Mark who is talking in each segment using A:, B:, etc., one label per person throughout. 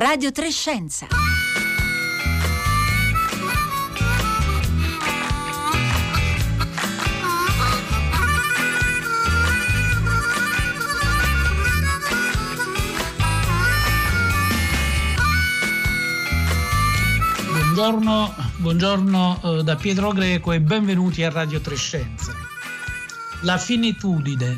A: Radio 3 Scienza.
B: Buongiorno da Pietro Greco e benvenuti a Radio 3 Scienza. La finitudine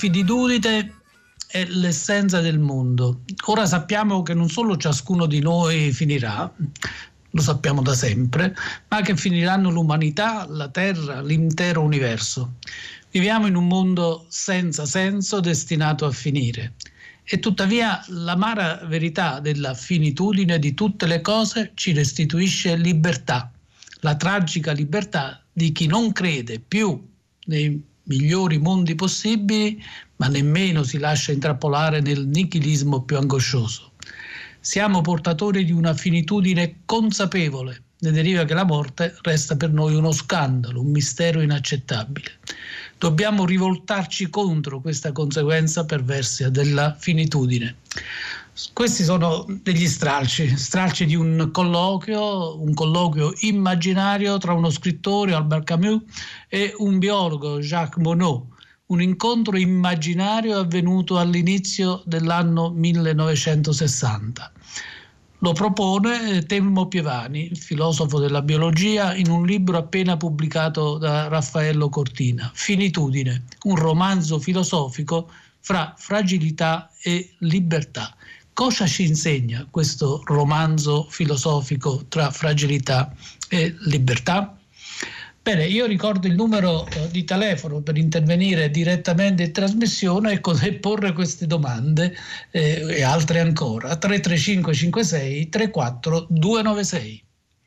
B: è l'essenza del mondo. Ora sappiamo che non solo ciascuno di noi finirà, lo sappiamo da sempre, ma che finiranno l'umanità, la Terra, l'intero universo. Viviamo in un mondo senza senso, destinato a finire. E tuttavia l'amara verità della finitudine di tutte le cose ci restituisce libertà, la tragica libertà di chi non crede più nei migliori mondi possibili, ma nemmeno si lascia intrappolare nel nichilismo più angoscioso. Siamo portatori di una finitudine consapevole, ne deriva che la morte resta per noi uno scandalo, un mistero inaccettabile. Dobbiamo rivoltarci contro questa conseguenza perversa della finitudine. Questi sono degli stralci di un colloquio immaginario tra uno scrittore, Albert Camus, e un biologo, Jacques Monod. Un incontro immaginario avvenuto all'inizio dell'anno 1960. Lo propone Telmo Pievani, filosofo della biologia, in un libro appena pubblicato da Raffaello Cortina, Finitudine, un romanzo filosofico fra fragilità e libertà. Cosa ci insegna questo romanzo filosofico tra fragilità e libertà? Bene, io ricordo il numero di telefono per intervenire direttamente in trasmissione e porre queste domande e altre ancora. 335 56 34 296.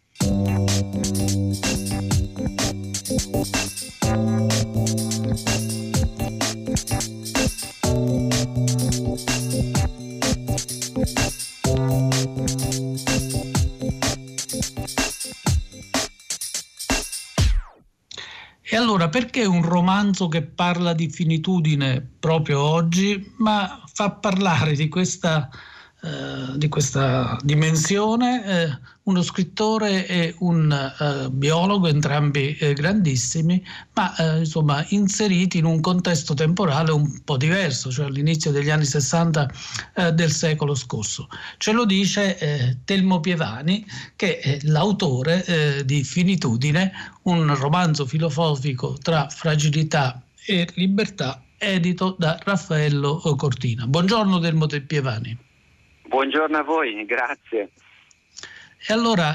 B: E allora, perché un romanzo che parla di finitudine proprio oggi, ma fa parlare di questa dimensione uno scrittore e un biologo, entrambi grandissimi, ma insomma inseriti in un contesto temporale un po' diverso, cioè all'inizio degli anni 60 del secolo scorso. Ce lo dice Telmo Pievani, che è l'autore di Finitudine, un romanzo filosofico tra fragilità e libertà, edito da Raffaello Cortina. Buongiorno Telmo Pievani.
C: Buongiorno a voi, grazie.
B: E allora,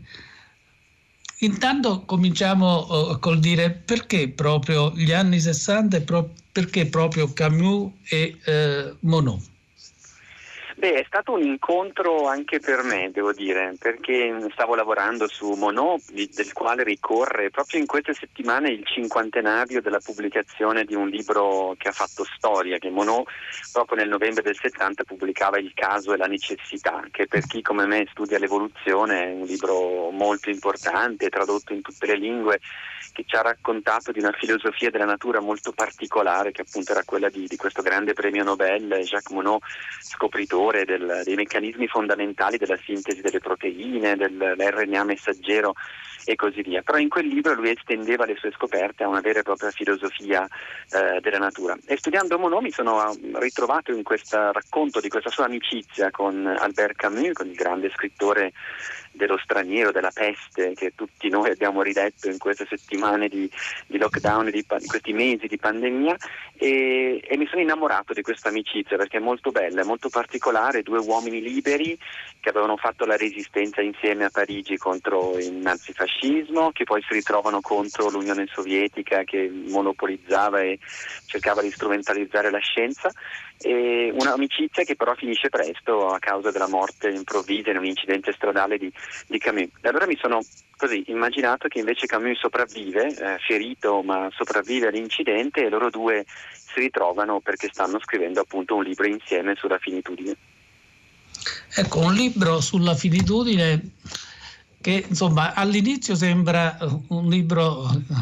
B: intanto cominciamo col dire perché proprio gli anni 60 e perché proprio Camus e Monod?
C: Beh, è stato un incontro anche per me, devo dire, perché stavo lavorando su Monod, del quale ricorre proprio in queste settimane il cinquantenario della pubblicazione di un libro che ha fatto storia, che Monod proprio nel novembre del 70 pubblicava Il caso e la necessità, che per chi come me studia l'evoluzione è un libro molto importante, tradotto in tutte le lingue, che ci ha raccontato di una filosofia della natura molto particolare, che appunto era quella di questo grande premio Nobel, Jacques Monod, scopritore dei meccanismi fondamentali della sintesi delle proteine, dell'RNA messaggero e così via. Però in quel libro lui estendeva le sue scoperte a una vera e propria filosofia della natura. E studiando Monod mi sono ritrovato in questo racconto di questa sua amicizia con Albert Camus, con il grande scrittore dello straniero, della peste, che tutti noi abbiamo riletto in queste settimane di lockdown, di questi mesi di pandemia, e mi sono innamorato di questa amicizia perché è molto bella, è molto particolare. Due uomini liberi che avevano fatto la resistenza insieme a Parigi contro il nazifascismo, che poi si ritrovano contro l'Unione Sovietica che monopolizzava e cercava di strumentalizzare la scienza, e un'amicizia che però finisce presto a causa della morte improvvisa in un incidente stradale di Camus. E allora mi sono così immaginato che invece Camus sopravvive, ferito ma sopravvive all'incidente, e loro due si ritrovano perché stanno scrivendo appunto un libro insieme sulla finitudine.
B: Ecco, un libro sulla finitudine che insomma all'inizio sembra un libro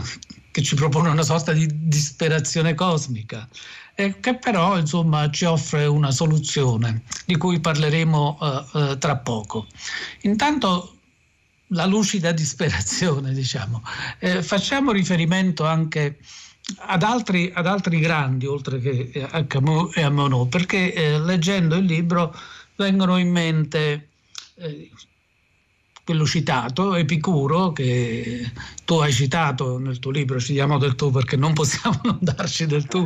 B: che ci propone una sorta di disperazione cosmica, che però insomma ci offre una soluzione di cui parleremo tra poco. Intanto la lucida disperazione, diciamo. Facciamo riferimento anche ad altri grandi, oltre che a Camus e a Monod, perché leggendo il libro vengono in mente quello citato, Epicuro, che tu hai citato nel tuo libro, ci diamo del tu perché non possiamo non darci del tu.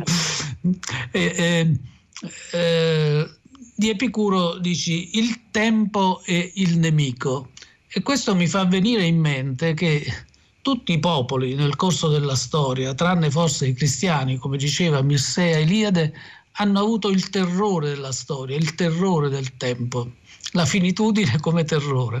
B: Di Epicuro dici: il tempo è il nemico. E questo mi fa venire in mente che tutti i popoli nel corso della storia, tranne forse i cristiani, come diceva Mircea Eliade, hanno avuto il terrore della storia, il terrore del tempo, la finitudine come terrore.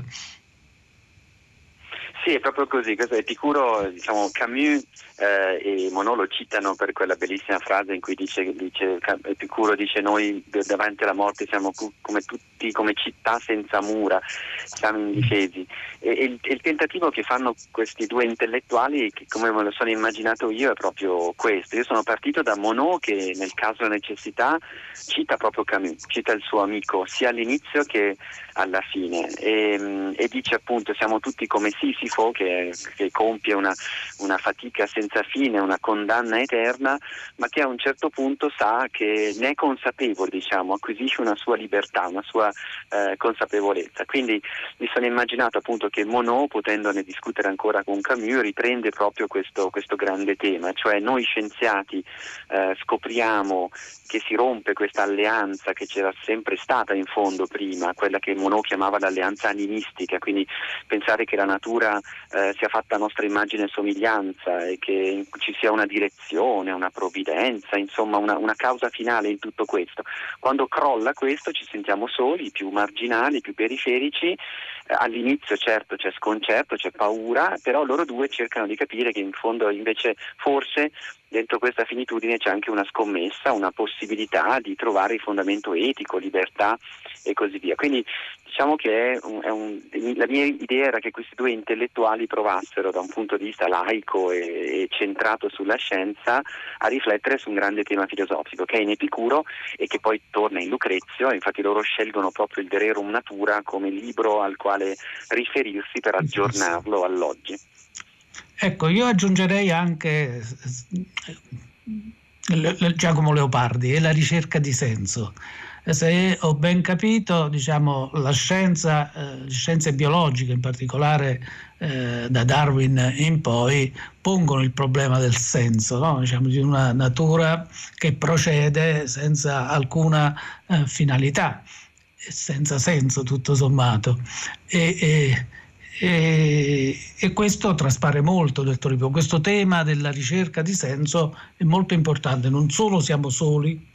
C: Sì, è proprio così. Questo Epicuro, diciamo, Camus e Monod lo citano per quella bellissima frase in cui Epicuro dice: noi davanti alla morte siamo come tutti, come città senza mura, siamo indifesi. E il tentativo che fanno questi due intellettuali, che come me lo sono immaginato io, è proprio questo. Io sono partito da Monod, che nel caso della necessità cita proprio Camus, cita il suo amico sia all'inizio che alla fine, e dice appunto: siamo tutti come Sisifo che compie una fatica senza fine, una condanna eterna, ma che a un certo punto sa che ne è consapevole, diciamo, acquisisce una sua libertà, una sua consapevolezza. Quindi mi sono immaginato appunto che Monod, potendone discutere ancora con Camus, riprende proprio questo grande tema, cioè noi scienziati scopriamo che si rompe questa alleanza che c'era sempre stata in fondo prima, quella che Monod chiamava l'alleanza animistica, quindi pensare che la natura sia fatta a nostra immagine e somiglianza e che ci sia una direzione, una provvidenza, insomma una causa finale in tutto questo. Quando crolla questo ci sentiamo soli, più marginali, più periferici. All'inizio certo c'è sconcerto, c'è paura, però loro due cercano di capire che in fondo invece forse dentro questa finitudine c'è anche una scommessa, una possibilità di trovare il fondamento etico, libertà e così via. Quindi diciamo che la mia idea era che questi due intellettuali provassero da un punto di vista laico e centrato sulla scienza a riflettere su un grande tema filosofico che è in Epicuro e che poi torna in Lucrezio. Infatti loro scelgono proprio il De Rerum Natura come libro al quale riferirsi per aggiornarlo all'oggi.
B: Ecco, io aggiungerei anche Giacomo Leopardi e la ricerca di senso. Se ho ben capito, diciamo, la scienza, le scienze biologiche in particolare da Darwin in poi, pongono il problema del senso, no? Diciamo, di una natura che procede senza alcuna finalità, senza senso tutto sommato. E questo traspare molto del tuo libro. Questo tema della ricerca di senso è molto importante. Non solo siamo soli,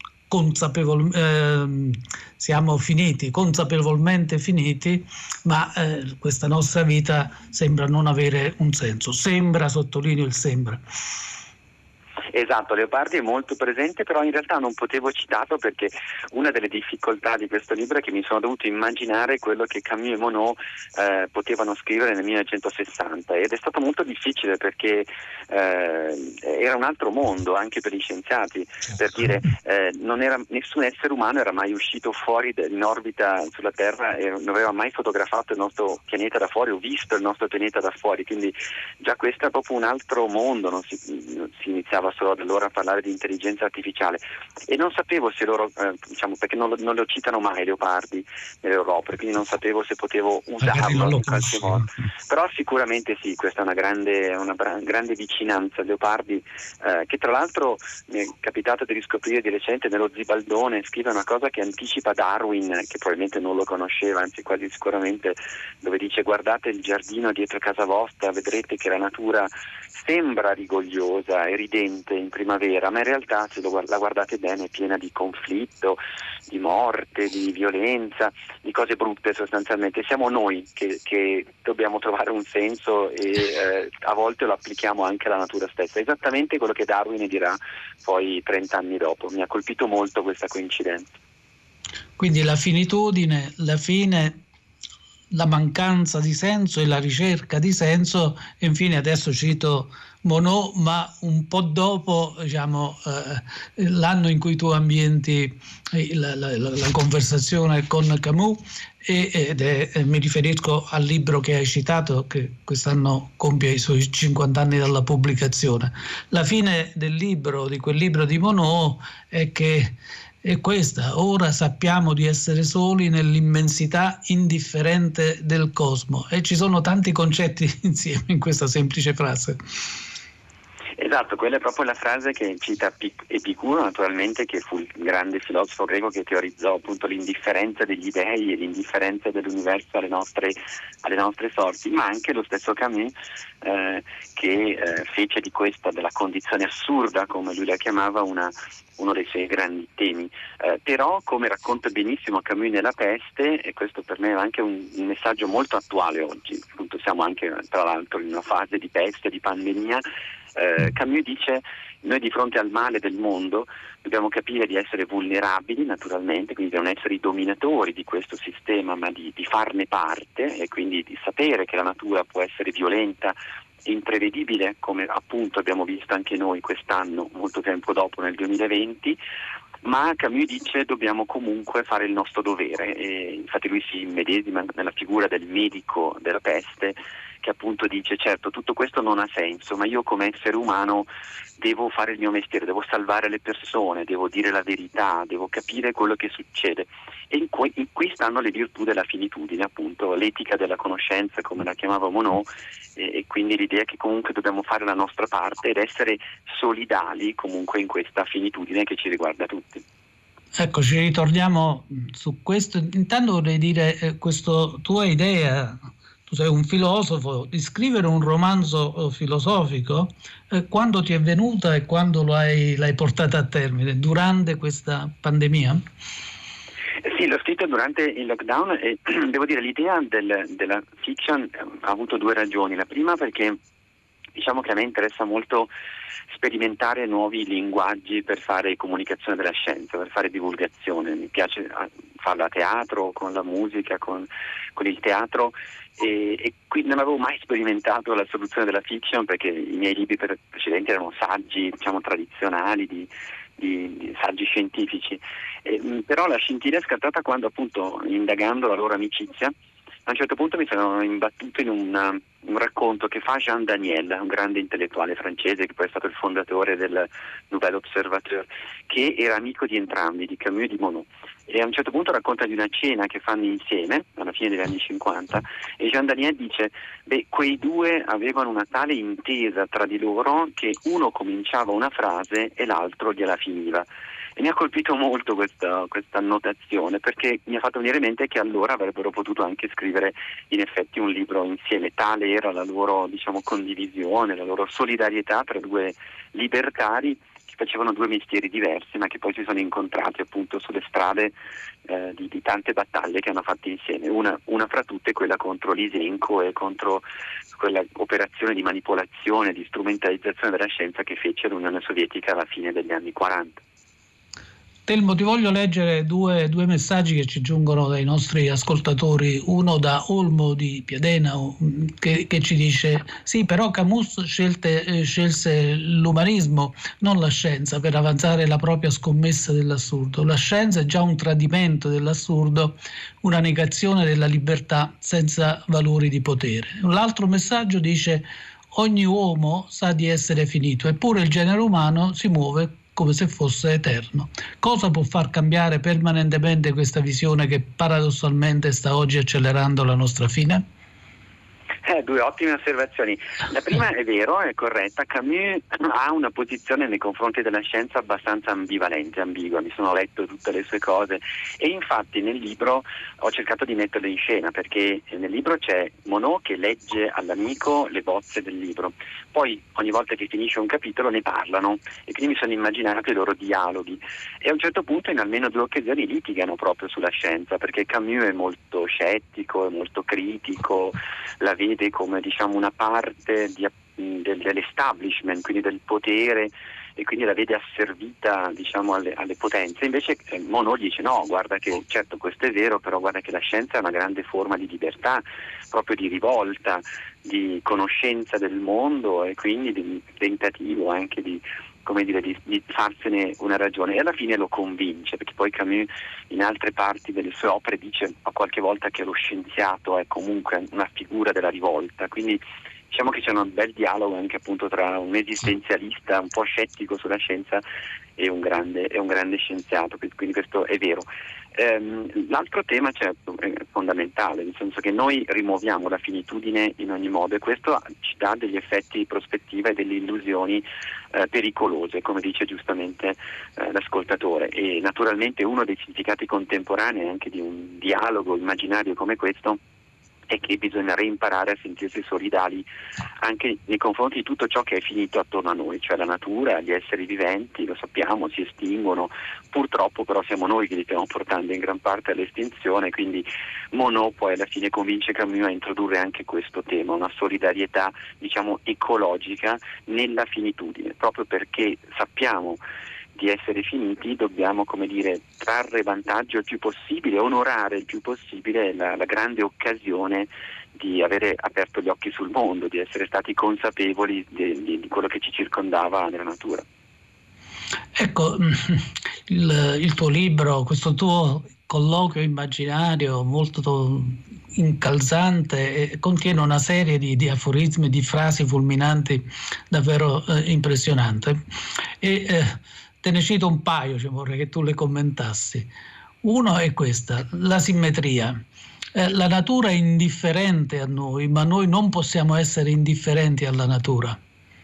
B: siamo finiti, consapevolmente finiti, ma questa nostra vita sembra non avere un senso. Sembra, sottolineo il sembra.
C: Esatto, Leopardi è molto presente, però in realtà non potevo citarlo perché una delle difficoltà di questo libro è che mi sono dovuto immaginare quello che Camus e Monod potevano scrivere nel 1960 ed è stato molto difficile perché era un altro mondo anche per gli scienziati, per dire nessun essere umano era mai uscito fuori in orbita sulla Terra e non aveva mai fotografato il nostro pianeta da fuori o visto il nostro pianeta da fuori, quindi già questo è proprio un altro mondo, non si iniziava solo da allora a parlare di intelligenza artificiale e non sapevo se loro, diciamo, perché non lo citano mai Leopardi nelle loro opere, quindi non sapevo se potevo usarlo in qualche modo, però sicuramente sì, questa è una grande vicinanza. Leopardi che tra l'altro mi è capitato di riscoprire di recente nello Zibaldone, scrive una cosa che anticipa Darwin, che probabilmente non lo conosceva, anzi quasi sicuramente, dove dice: guardate il giardino dietro casa vostra, vedrete che la natura sembra rigogliosa e ridente in primavera, ma in realtà se la guardate bene è piena di conflitto, di morte, di violenza, di cose brutte sostanzialmente. Siamo noi che dobbiamo trovare un senso e a volte lo applichiamo anche alla natura stessa, esattamente quello che Darwin dirà poi 30 anni dopo. Mi ha colpito molto questa coincidenza.
B: Quindi la finitudine, la fine, la mancanza di senso e la ricerca di senso. E infine adesso cito Monod, ma un po' dopo, diciamo, l'anno in cui tu ambienti la conversazione con Camus, mi riferisco al libro che hai citato, che quest'anno compie i suoi 50 anni dalla pubblicazione. La fine del libro, di quel libro di Monod, è che è questa: ora sappiamo di essere soli nell'immensità indifferente del cosmo. E ci sono tanti concetti insieme in questa semplice frase.
C: Esatto, quella è proprio la frase che cita Epicuro, naturalmente, che fu il grande filosofo greco che teorizzò appunto l'indifferenza degli dei e l'indifferenza dell'universo alle nostre sorti, ma anche lo stesso Camus che fece di questa, della condizione assurda, come lui la chiamava, uno dei suoi grandi temi. Però, come racconta benissimo Camus nella Peste, e questo per me è anche un messaggio molto attuale oggi, appunto siamo anche tra l'altro in una fase di peste, di pandemia. Camus dice: noi di fronte al male del mondo dobbiamo capire di essere vulnerabili, naturalmente, quindi di non essere i dominatori di questo sistema, ma di farne parte, e quindi di sapere che la natura può essere violenta, imprevedibile, come appunto abbiamo visto anche noi quest'anno, molto tempo dopo, nel 2020. Ma Camus dice dobbiamo comunque fare il nostro dovere, e infatti lui si immedesima nella figura del medico della peste, che appunto dice: certo, tutto questo non ha senso, ma io come essere umano devo fare il mio mestiere, devo salvare le persone, devo dire la verità, devo capire quello che succede. E in qui stanno le virtù della finitudine, appunto l'etica della conoscenza, come la chiamava Monod, e quindi l'idea che comunque dobbiamo fare la nostra parte ed essere solidali comunque in questa finitudine che ci riguarda tutti.
B: Ecco, ci ritorniamo su questo. Intanto vorrei dire questa tua idea, tu sei un filosofo, di scrivere un romanzo filosofico, quando ti è venuta e quando l'hai portata a termine? Durante questa pandemia?
C: Sì, l'ho scritto durante il lockdown e devo dire l'idea della fiction ha avuto due ragioni. La prima perché diciamo che a me interessa molto sperimentare nuovi linguaggi per fare comunicazione della scienza, per fare divulgazione. Mi piace farla a teatro, con la musica, con il teatro, e qui non avevo mai sperimentato la soluzione della fiction, perché i miei libri precedenti erano saggi, diciamo, tradizionali, di saggi scientifici. Però la scintilla è scattata quando, appunto, indagando la loro amicizia, a un certo punto mi sono imbattuto in un racconto che fa Jean Daniel, un grande intellettuale francese che poi è stato il fondatore del Nouvel Observateur, che era amico di entrambi, di Camus e di Monod. E a un certo punto racconta di una cena che fanno insieme alla fine degli anni 50, e Jean Daniel dice: quei due avevano una tale intesa tra di loro che uno cominciava una frase e l'altro gliela finiva. E mi ha colpito molto questa annotazione, perché mi ha fatto venire in mente che allora avrebbero potuto anche scrivere in effetti un libro insieme. Tale era la loro, diciamo, condivisione, la loro solidarietà tra due libertari che facevano due mestieri diversi, ma che poi si sono incontrati appunto sulle strade di tante battaglie che hanno fatto insieme. Una fra tutte quella contro Lysenko e contro quella operazione di manipolazione, di strumentalizzazione della scienza che fece l'Unione Sovietica alla fine degli anni 40.
B: Telmo, ti voglio leggere due messaggi che ci giungono dai nostri ascoltatori. Uno da Olmo di Piadenao, che ci dice: sì, però Camus scelse l'umanismo, non la scienza, per avanzare la propria scommessa dell'assurdo. La scienza è già un tradimento dell'assurdo, una negazione della libertà senza valori di potere. L'altro messaggio dice: ogni uomo sa di essere finito, eppure il genere umano si muove come se fosse eterno. Cosa può far cambiare permanentemente questa visione che paradossalmente sta oggi accelerando la nostra fine?
C: Due ottime osservazioni. La prima è vero, è corretta. Camus ha una posizione nei confronti della scienza abbastanza ambivalente, ambigua. Mi sono letto tutte le sue cose e infatti nel libro ho cercato di metterle in scena, perché nel libro c'è Monod che legge all'amico le bozze del libro, poi ogni volta che finisce un capitolo ne parlano, e quindi mi sono immaginato i loro dialoghi, e a un certo punto in almeno due occasioni litigano proprio sulla scienza, perché Camus è molto scettico, è molto critico, la vede come, diciamo, una parte dell'establishment, quindi del potere, e quindi la vede asservita, diciamo, alle potenze. Invece Monod dice no, guarda che certo questo è vero, però guarda che la scienza è una grande forma di libertà, proprio di rivolta, di conoscenza del mondo e quindi di tentativo anche di, come dire, di farsene una ragione, e alla fine lo convince, perché poi Camus in altre parti delle sue opere dice a qualche volta che lo scienziato è comunque una figura della rivolta, quindi diciamo che c'è un bel dialogo anche appunto tra un esistenzialista un po' scettico sulla scienza e un grande scienziato, quindi questo è vero. L'altro tema certo è fondamentale, nel senso che noi rimuoviamo la finitudine in ogni modo, e questo ci dà degli effetti di prospettiva e delle illusioni pericolose, come dice giustamente l'ascoltatore, e naturalmente uno dei significati contemporanei anche di un dialogo immaginario come questo è che bisogna reimparare a sentirsi solidali anche nei confronti di tutto ciò che è finito attorno a noi, cioè la natura, gli esseri viventi, lo sappiamo, si estinguono, purtroppo però siamo noi che li stiamo portando in gran parte all'estinzione, quindi Monod poi alla fine convince Camus a introdurre anche questo tema, una solidarietà, diciamo, ecologica nella finitudine, proprio perché sappiamo di essere finiti, dobbiamo, come dire, trarre vantaggio il più possibile, onorare il più possibile la grande occasione di avere aperto gli occhi sul mondo, di essere stati consapevoli di quello che ci circondava nella natura.
B: Ecco, il tuo libro, questo tuo colloquio immaginario molto incalzante, contiene una serie di aforismi, di frasi fulminanti davvero impressionanti. Te ne cito un paio, vorrei che tu le commentassi. Uno è questa: la simmetria. La natura è indifferente a noi, ma noi non possiamo essere indifferenti alla natura.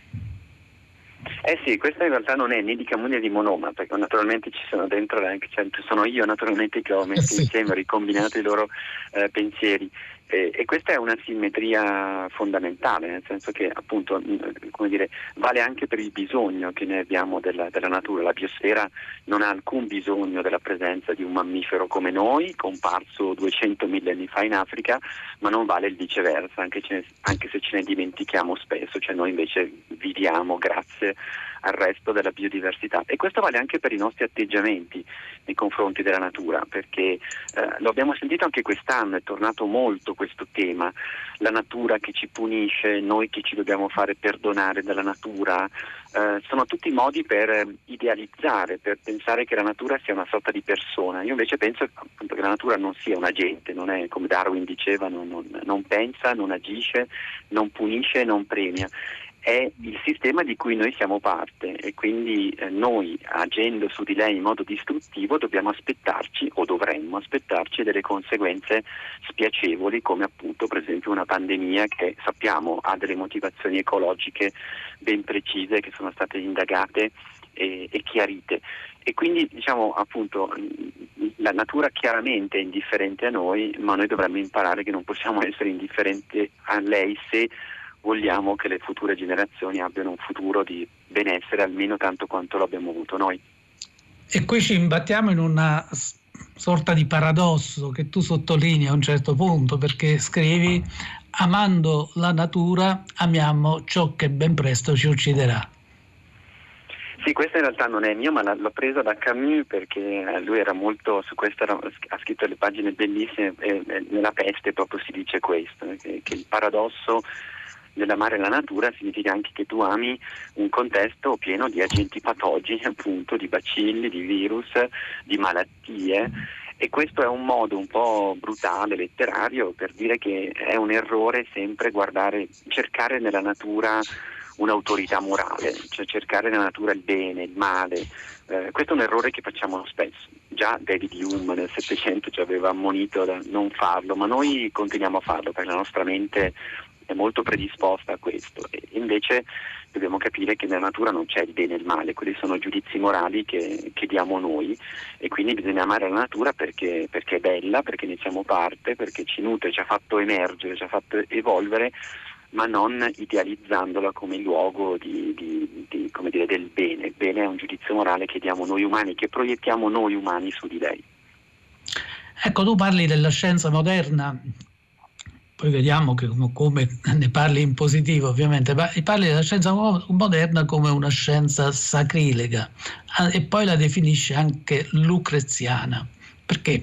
C: Sì, questa in realtà non è né di Camus né di Monod, perché naturalmente ci sono dentro anche, cioè, sono io naturalmente che ho messo insieme, ricombinato i loro pensieri. E questa è una simmetria fondamentale, nel senso che appunto, come dire, vale anche per il bisogno che noi abbiamo della natura. La biosfera non ha alcun bisogno della presenza di un mammifero come noi, comparso 200.000 anni fa in Africa, ma non vale il viceversa, anche se ce ne dimentichiamo spesso, cioè noi invece viviamo grazie al resto della biodiversità, e questo vale anche per i nostri atteggiamenti nei confronti della natura, perché lo abbiamo sentito anche quest'anno, è tornato molto questo tema, la natura che ci punisce, noi che ci dobbiamo fare perdonare dalla natura, sono tutti modi per idealizzare, per pensare che la natura sia una sorta di persona. Io invece penso appunto che la natura non sia un agente, non è, come Darwin diceva, non pensa, non agisce, non punisce, non premia. È il sistema di cui noi siamo parte, e quindi noi, agendo su di lei in modo distruttivo, dobbiamo aspettarci, o dovremmo aspettarci, delle conseguenze spiacevoli, come appunto per esempio una pandemia che sappiamo ha delle motivazioni ecologiche ben precise, che sono state indagate e chiarite. E quindi diciamo appunto la natura chiaramente è indifferente a noi, ma noi dovremmo imparare che non possiamo essere indifferenti a lei se vogliamo che le future generazioni abbiano un futuro di benessere almeno tanto quanto lo abbiamo avuto noi.
B: E qui ci imbattiamo in una sorta di paradosso che tu sottolinei a un certo punto, perché scrivi: amando la natura amiamo ciò che ben presto ci ucciderà.
C: Sì, questa in realtà non è mio, ma l'ho presa da Camus, perché lui era molto su questo, ha scritto delle pagine bellissime, e nella Peste proprio si dice questo, che il paradosso dell'amare la natura significa anche che tu ami un contesto pieno di agenti patogeni, appunto, di bacilli, di virus, di malattie, e questo è un modo un po' brutale, letterario, per dire che è un errore sempre cercare nella natura un'autorità morale, cioè cercare nella natura il bene, il male. Questo è un errore che facciamo spesso. Già David Hume nel Settecento ci aveva ammonito da non farlo, ma noi continuiamo a farlo perché la nostra mente è molto predisposta a questo, e invece dobbiamo capire che nella natura non c'è il bene e il male, quelli sono giudizi morali che diamo noi, e quindi bisogna amare la natura perché è bella, perché ne siamo parte, perché ci nutre, ci ha fatto emergere, ci ha fatto evolvere, ma non idealizzandola come il luogo come dire, del bene. Il bene è un giudizio morale che diamo noi umani, che proiettiamo noi umani su di lei.
B: Ecco, tu parli della scienza moderna poi vediamo come ne parli in positivo ovviamente, ma parli della scienza moderna come una scienza sacrilega e poi la definisce anche lucreziana. Perché?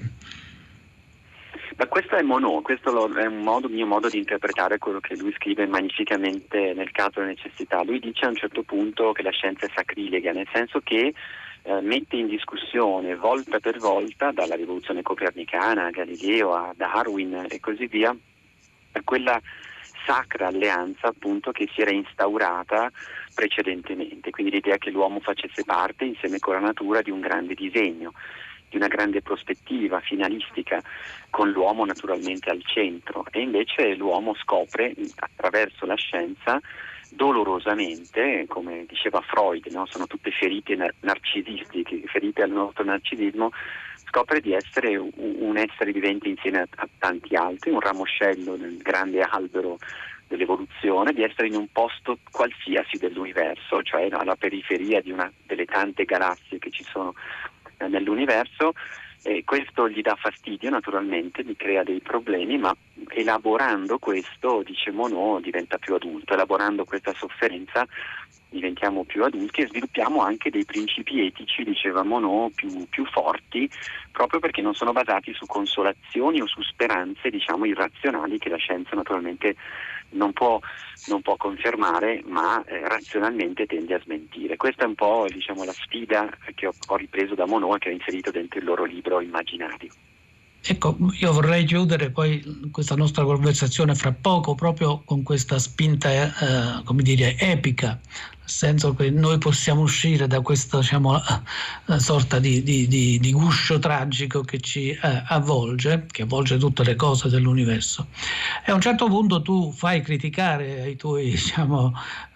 C: Ma questo è Monod, questo è un mio modo di interpretare quello che lui scrive magnificamente nel caso della necessità. Lui dice a un certo punto che la scienza è sacrilega, nel senso che mette in discussione volta per volta, dalla rivoluzione copernicana a Galileo a Darwin e così via, quella sacra alleanza appunto che si era instaurata precedentemente, quindi l'idea che l'uomo facesse parte insieme con la natura di un grande disegno, di una grande prospettiva finalistica, con l'uomo naturalmente al centro, e invece l'uomo scopre attraverso la scienza dolorosamente, come diceva Freud, no? Sono tutte ferite narcisistiche, ferite al nostro narcisismo, scopre di essere un essere vivente insieme a tanti altri, un ramoscello nel grande albero dell'evoluzione, di essere in un posto qualsiasi dell'universo, cioè alla periferia di una delle tante galassie che ci sono nell'universo. Questo gli dà fastidio naturalmente, gli crea dei problemi, ma elaborando questo, dice Monod, diventa più adulto. Elaborando questa sofferenza diventiamo più adulti e sviluppiamo anche dei principi etici, diceva Monod, più forti, proprio perché non sono basati su consolazioni o su speranze, diciamo, irrazionali che la scienza naturalmente non può confermare, ma razionalmente tende a smentire. Questa è un po', diciamo, la sfida che ho ripreso da Monod e che ho inserito dentro il loro libro Immaginario.
B: Ecco, io vorrei chiudere poi questa nostra conversazione fra poco proprio con questa spinta, come dire, epica, nel senso che noi possiamo uscire da questa, diciamo, sorta di guscio tragico che ci avvolge, che avvolge tutte le cose dell'universo. E a un certo punto tu fai criticare ai tuoi, diciamo,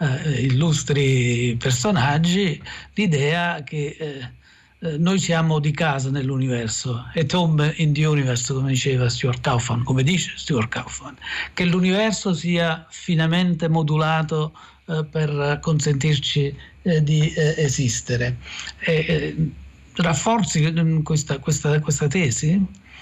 B: illustri personaggi l'idea che noi siamo di casa nell'universo, at home in the universe, come diceva Stuart Kauffman, come dice Stuart Kauffman, che l'universo sia finemente modulato per consentirci di esistere. Rafforzi questa tesi?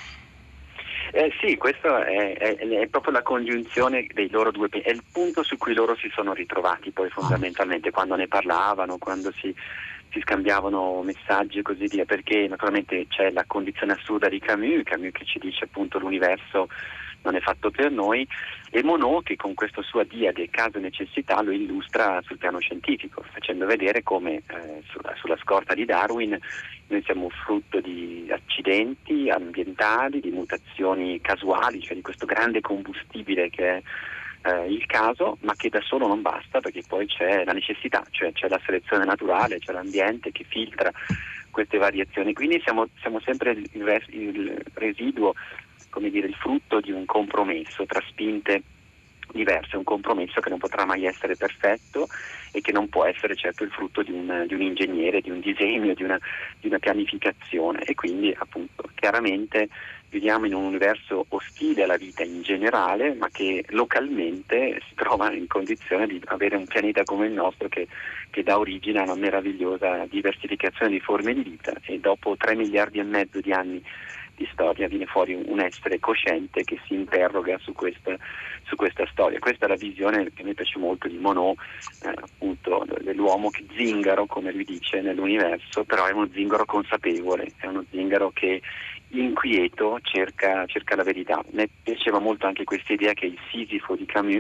C: Sì, questo è proprio la congiunzione dei loro due, è il punto su cui loro si sono ritrovati poi fondamentalmente, quando ne parlavano, quando si scambiavano messaggi e così via, perché naturalmente c'è la condizione assurda di Camus che ci dice appunto l'universo non è fatto per noi, e Monod che con questa sua diade caso e necessità lo illustra sul piano scientifico, facendo vedere come sulla scorta di Darwin noi siamo frutto di accidenti ambientali, di mutazioni casuali, cioè di questo grande combustibile che è il caso, ma che da solo non basta, perché poi c'è la necessità, cioè c'è la selezione naturale, c'è l'ambiente che filtra queste variazioni. Quindi siamo sempre il residuo, come dire, il frutto di un compromesso tra spinte diverse, un compromesso che non potrà mai essere perfetto e che non può essere certo il frutto di un ingegnere, di un disegno, di una pianificazione. E quindi appunto chiaramente viviamo in un universo ostile alla vita in generale, ma che localmente si trova in condizione di avere un pianeta come il nostro che dà origine a una meravigliosa diversificazione di forme di vita, e dopo 3 miliardi e mezzo di anni di storia viene fuori un essere cosciente che si interroga su questa storia. Questa è la visione che mi piace molto di Monod, appunto dell'uomo che zingaro, come lui dice, nell'universo, però è uno zingaro consapevole, è uno zingaro che inquieto cerca la verità. Mi piaceva molto anche questa idea che il Sisifo di Camus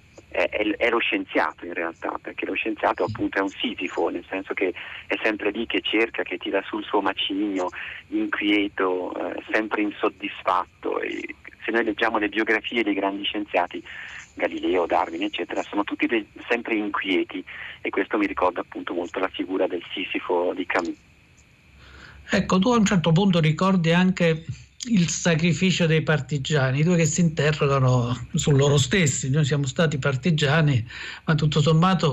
C: è lo scienziato in realtà, perché lo scienziato appunto è un Sisifo, nel senso che è sempre lì che cerca, che tira sul suo macigno, inquieto, sempre insoddisfatto. E se noi leggiamo le biografie dei grandi scienziati, Galileo, Darwin eccetera, sono tutti sempre inquieti, e questo mi ricorda appunto molto la figura del Sisifo di Camus.
B: Ecco, tu a un certo punto ricordi anche il sacrificio dei partigiani, due che si interrogano su loro stessi. Noi siamo stati partigiani, ma tutto sommato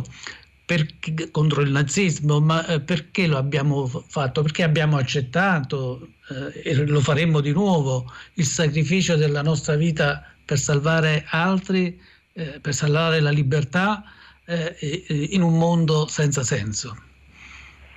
B: contro il nazismo, ma perché lo abbiamo fatto? Perché abbiamo accettato e lo faremmo di nuovo il sacrificio della nostra vita per salvare altri, per salvare la libertà in un mondo senza senso.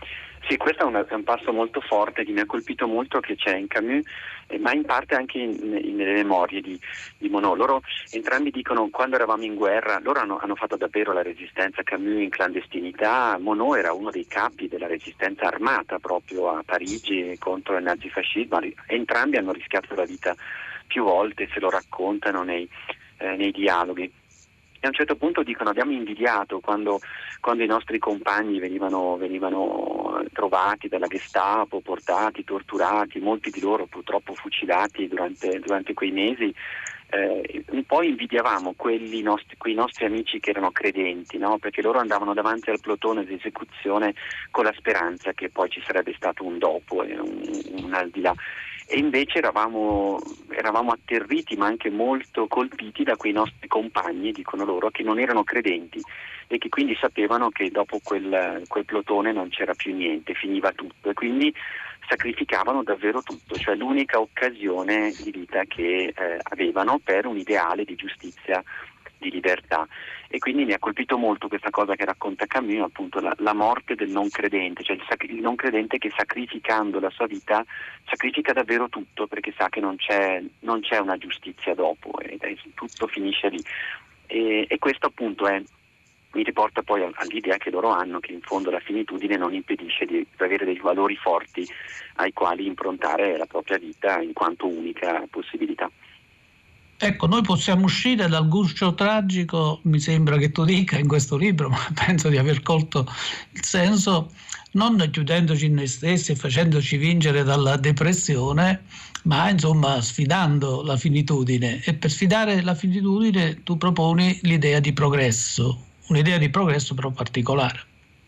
C: Sì, questo è un passo molto forte che mi ha colpito molto, che c'è in Camus, ma in parte anche nelle memorie di Monod. Loro entrambi dicono: quando eravamo in guerra, loro hanno fatto davvero la resistenza, Camus in clandestinità, Monod era uno dei capi della resistenza armata proprio a Parigi contro il nazifascismo, entrambi hanno rischiato la vita più volte, se lo raccontano nei dialoghi. E a un certo punto dicono: abbiamo invidiato quando i nostri compagni venivano trovati dalla Gestapo, portati, torturati, molti di loro purtroppo fucilati durante quei mesi. Un po' invidiavamo quei nostri amici che erano credenti, no? Perché loro andavano davanti al plotone di esecuzione con la speranza che poi ci sarebbe stato un dopo e un al di là. E invece eravamo atterriti, ma anche molto colpiti da quei nostri compagni, dicono loro, che non erano credenti e che quindi sapevano che dopo quel plotone non c'era più niente, finiva tutto, e quindi sacrificavano davvero tutto, cioè l'unica occasione di vita che avevano per un ideale di giustizia, di libertà. E quindi mi ha colpito molto questa cosa che racconta Camus, appunto la morte del non credente, cioè il non credente che sacrificando la sua vita sacrifica davvero tutto, perché sa che non c'è una giustizia dopo e tutto finisce lì. E questo appunto mi riporta poi all'idea che loro hanno, che in fondo la finitudine non impedisce di avere dei valori forti ai quali improntare la propria vita in quanto unica possibilità.
B: Ecco, noi possiamo uscire dal guscio tragico, mi sembra che tu dica in questo libro, ma penso di aver colto il senso, non chiudendoci in noi stessi e facendoci vincere dalla depressione, ma insomma sfidando la finitudine. E per sfidare la finitudine tu proponi l'idea di progresso, un'idea di progresso però particolare.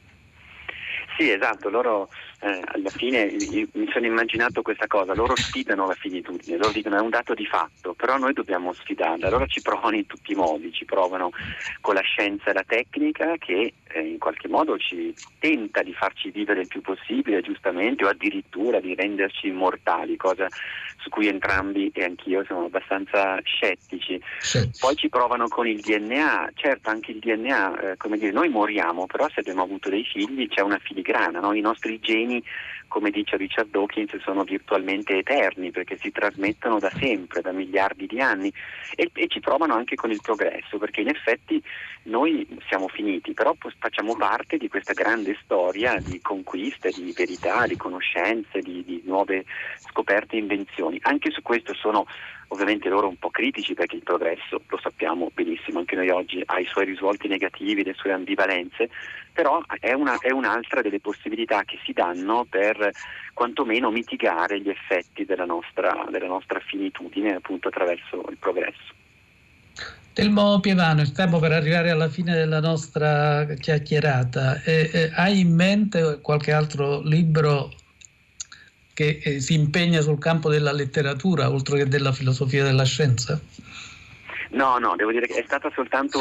C: Sì, esatto, loro alla fine mi sono immaginato questa cosa: loro sfidano la finitudine, loro dicono è un dato di fatto, però noi dobbiamo sfidarla. Loro ci provano in tutti i modi, ci provano con la scienza e la tecnica, che in qualche modo ci tenta di farci vivere il più possibile, giustamente, o addirittura di renderci immortali, cosa su cui entrambi e anch'io siamo abbastanza scettici. Sì. Poi ci provano con il DNA, certo anche il DNA, come dire, noi moriamo, però se abbiamo avuto dei figli c'è una filigrana, no? I nostri geni, come dice Richard Dawkins, sono virtualmente eterni perché si trasmettono da sempre, da miliardi di anni, e ci provano anche con il progresso, perché in effetti noi siamo finiti, però facciamo parte di questa grande storia di conquiste, di verità, di conoscenze, di nuove scoperte e invenzioni. Anche su questo sono ovviamente loro un po' critici, perché il progresso, lo sappiamo benissimo, anche noi oggi ha i suoi risvolti negativi, le sue ambivalenze, però è un'altra delle possibilità che si danno per quantomeno mitigare gli effetti della nostra finitudine, appunto attraverso il progresso.
B: Telmo Pievano, stiamo per arrivare alla fine della nostra chiacchierata. Hai in mente qualche altro libro che si impegna sul campo della letteratura, oltre che della filosofia della scienza?
C: No, devo dire che è stata soltanto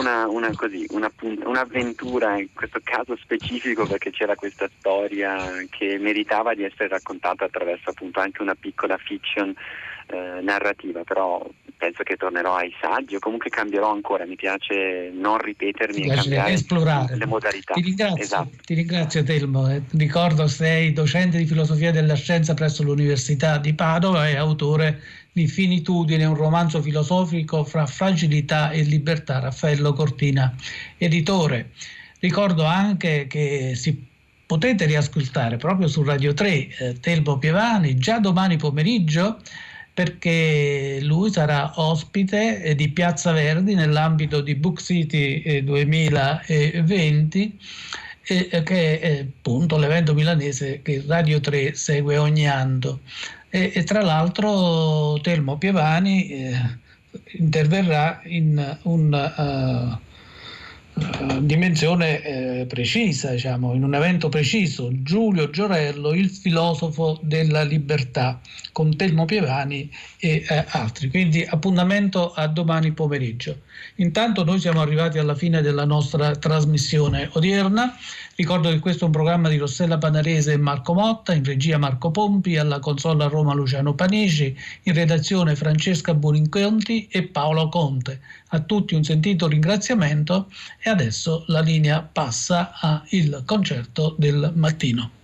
C: un'avventura, in questo caso specifico, perché c'era questa storia che meritava di essere raccontata attraverso appunto anche una piccola fiction narrativa, però penso che tornerò ai saggi o comunque cambierò ancora, mi piace non ripetermi e cambiare
B: esplorare
C: le modalità.
B: Ti ringrazio,
C: esatto.
B: Ti ringrazio Telmo. Ricordo, sei docente di filosofia della scienza presso l'Università di Padova e autore di Finitudine, un romanzo filosofico fra fragilità e libertà, Raffaello Cortina, editore. Ricordo anche che potete riascoltare proprio su Radio 3 Telmo Pievani già domani pomeriggio, perché lui sarà ospite di Piazza Verdi nell'ambito di Book City 2020, che è appunto l'evento milanese che Radio 3 segue ogni anno. E tra l'altro Telmo Pievani interverrà in una dimensione precisa, diciamo, in un evento preciso, Giulio Giorello, il filosofo della libertà, con Telmo Pievani e altri. Quindi appuntamento a domani pomeriggio. Intanto noi siamo arrivati alla fine della nostra trasmissione odierna. Ricordo che questo è un programma di Rossella Panarese e Marco Motta, in regia Marco Pompi, alla console a Roma Luciano Panici, in redazione Francesca Burinconti e Paolo Conte. A tutti un sentito ringraziamento e adesso la linea passa al concerto del mattino.